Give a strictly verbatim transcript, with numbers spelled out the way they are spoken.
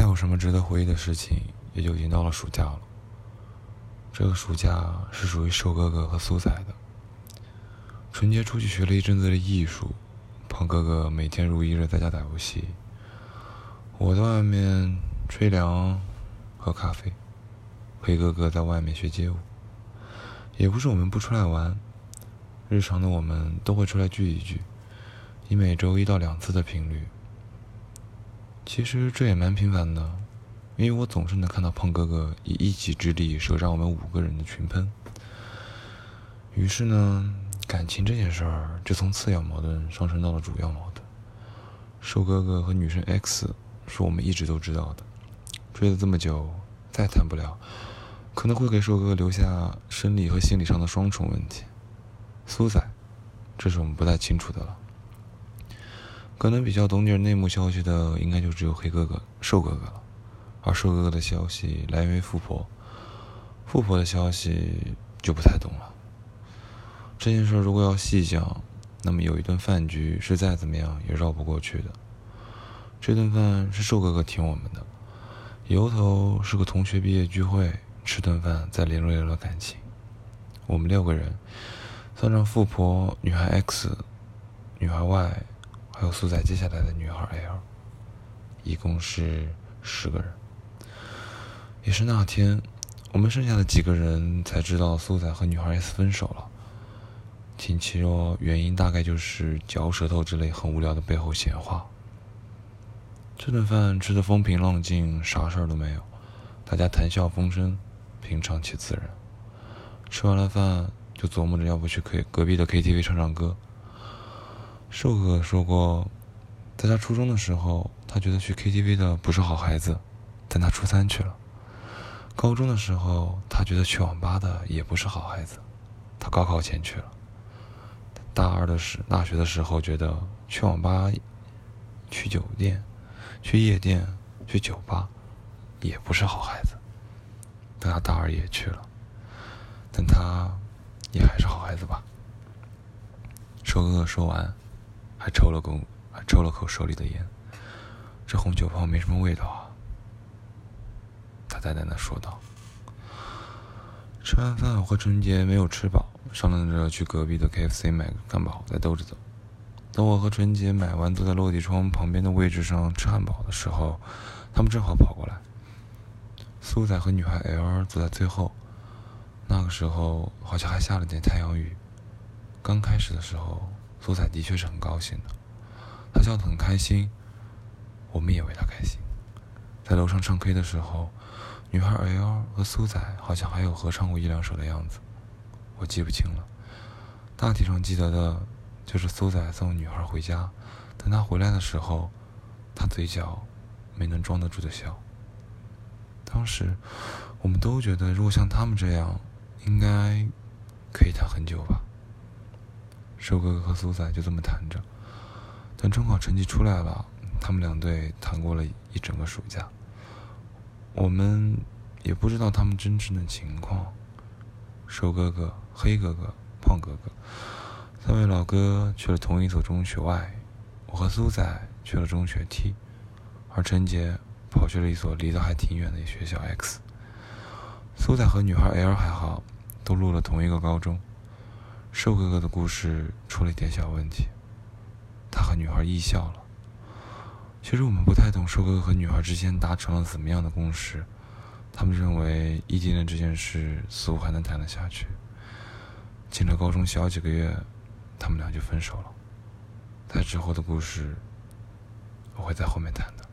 有什么值得回忆的事情，也就已经到了暑假了。这个暑假是属于瘦哥哥和苏仔的。春节出去学了一阵子的艺术，胖哥哥每天如一日在家打游戏，我在外面吹凉喝咖啡，黑哥哥在外面学街舞。也不是我们不出来玩，日常的我们都会出来聚一聚，以每周一到两次的频率。其实这也蛮频繁的，因为我总是能看到胖哥哥以一己之力射杀我们五个人的群喷。于是呢，感情这件事儿就从次要矛盾上升到了主要矛盾。瘦哥哥和女生 X 是我们一直都知道的，追了这么久再谈不了，可能会给瘦哥哥留下生理和心理上的双重问题。苏仔，这是我们不太清楚的了。可能比较懂点内幕消息的，应该就只有黑哥哥、瘦哥哥了。而瘦哥哥的消息来源于富婆，富婆的消息就不太懂了。这件事如果要细讲，那么有一顿饭局是再怎么样也绕不过去的。这顿饭是瘦哥哥请我们的，由头是个同学毕业聚会，吃顿饭再联络了感情。我们六个人，算上富婆、女孩 X、女孩 Y，还有苏仔接下来的女孩 L， 一共是十个人。也是那天，我们剩下的几个人才知道苏仔和女孩 S 分手了。听其说原因大概就是嚼舌头之类很无聊的背后闲话。这顿饭吃得风平浪静，啥事儿都没有，大家谈笑风生，平常且自然。吃完了饭就琢磨着要不去隔壁的 K T V 唱唱歌。瘦哥哥说过，在他初中的时候，他觉得去 K T V 的不是好孩子，但他初三去了。高中的时候，他觉得去网吧的也不是好孩子，他高考前去了。大二的时大学的时候，觉得去网吧、去酒店、去夜店、去酒吧也不是好孩子，但他大二也去了，但他也还是好孩子吧。瘦哥哥说完，还抽了口，还抽了口手里的烟。这红酒泡没什么味道啊，他淡淡的说道。吃完饭，我和春杰没有吃饱，商量着去隔壁的 K F C 买个汉堡再兜着走。等我和春杰买完，坐在落地窗旁边的位置上吃汉堡的时候，他们正好跑过来。苏仔和女孩 L 坐在最后，那个时候好像还下了点太阳雨。刚开始的时候，苏仔的确是很高兴的，他笑得很开心，我们也为他开心。在楼上唱 K 的时候，女孩 L 和苏仔好像还有合唱过一两首的样子，我记不清了。大体上记得的就是苏仔送女孩回家，等他回来的时候，他嘴角没能装得住的笑。当时我们都觉得，如果像他们这样，应该可以谈很久吧。瘦哥哥和苏仔就这么谈着，等中考成绩出来了，他们两队谈过了一整个暑假。我们也不知道他们真正的情况。瘦哥哥、黑哥哥、胖哥哥三位老哥去了同一所中学 Y， 我和苏仔去了中学 T， 而陈杰跑去了一所离得还挺远的学校 X。 苏仔和女孩 L 还好，都录了同一个高中。瘦哥哥的故事出了一点小问题，他和女孩异校了。其实我们不太懂瘦哥哥和女孩之间达成了怎么样的共识，他们认为异地恋这件事似乎还能谈得下去。进了高中小几个月，他们俩就分手了。在之后的故事，我会在后面谈的。